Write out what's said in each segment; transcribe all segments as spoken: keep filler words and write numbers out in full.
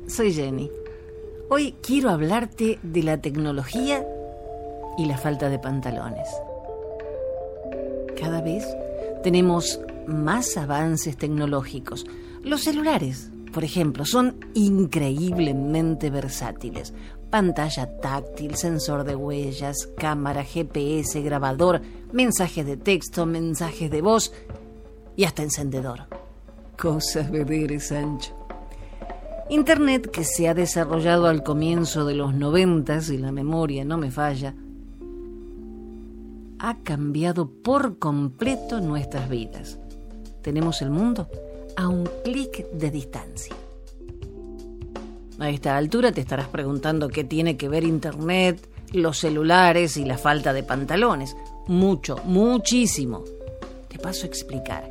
soy Jenny. Hoy quiero hablarte de la tecnología y la falta de pantalones. Cada vez tenemos más avances tecnológicos. Los celulares, por ejemplo, son increíblemente versátiles. Pantalla táctil, sensor de huellas, cámara, G P S, grabador, mensajes de texto, mensajes de voz y hasta encendedor. Cosas vederes, Sancho. Internet, que se ha desarrollado al comienzo de los noventas, y la memoria no me falla, ha cambiado por completo nuestras vidas. Tenemos el mundo a un clic de distancia. A esta altura te estarás preguntando qué tiene que ver Internet, los celulares y la falta de pantalones. Mucho, muchísimo. Te paso a explicar.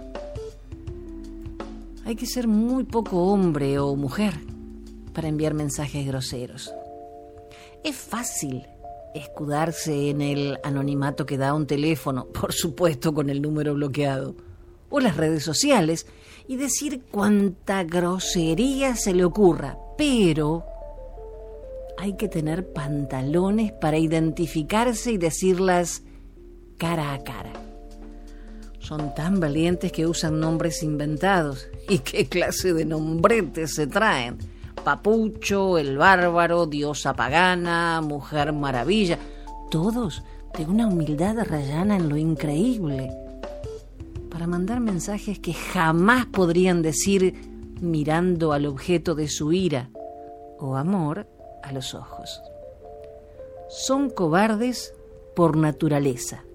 Hay que ser muy poco hombre o mujer para enviar mensajes groseros. Es fácil escudarse en el anonimato que da un teléfono, por supuesto con el número bloqueado, o las redes sociales, y decir cuánta grosería se le ocurra, pero hay que tener pantalones para identificarse y decirlas cara a cara. Son tan valientes que usan nombres inventados. ¿Y qué clase de nombretes se traen? Papucho, el bárbaro, diosa pagana, mujer maravilla. Todos de una humildad rayana en lo increíble. Para mandar mensajes que jamás podrían decir mirando al objeto de su ira o amor a los ojos. Son cobardes por naturaleza.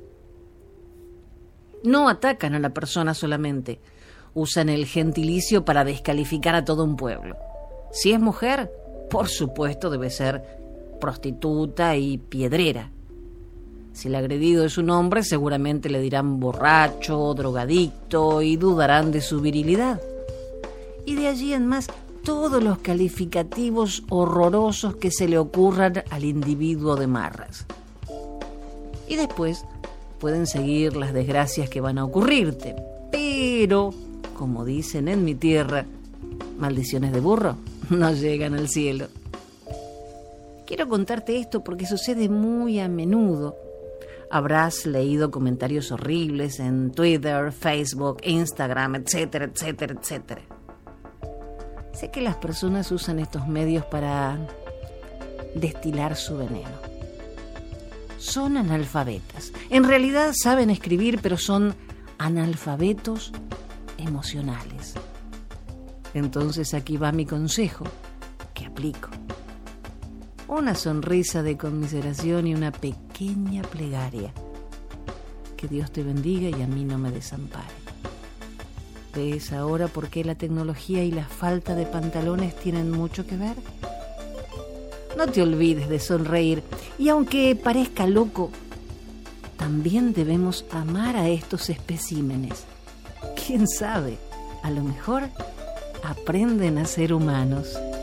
No atacan a la persona solamente, usan el gentilicio para descalificar a todo un pueblo. Si es mujer, por supuesto debe ser prostituta y piedrera. Si el agredido es un hombre, seguramente le dirán borracho, drogadicto y dudarán de su virilidad. Y de allí en más, todos los calificativos horrorosos que se le ocurran al individuo de marras. Y después pueden seguir las desgracias que van a ocurrirte. Pero, como dicen en mi tierra, maldiciones de burro no llegan al cielo. Quiero contarte esto porque sucede muy a menudo. Habrás leído comentarios horribles en Twitter, Facebook, Instagram, etcétera, etcétera, etcétera. Sé que las personas usan estos medios para destilar su veneno. Son analfabetas. En realidad saben escribir, pero son analfabetos emocionales. Entonces aquí va mi consejo, que aplico. Una sonrisa de conmiseración y una pequeña plegaria. Que Dios te bendiga y a mí no me desampare. ¿Ves ahora por qué la tecnología y la falta de pantalones tienen mucho que ver? No te olvides de sonreír, y aunque parezca loco, también debemos amar a estos especímenes. ¿Quién sabe? A lo mejor aprenden a ser humanos.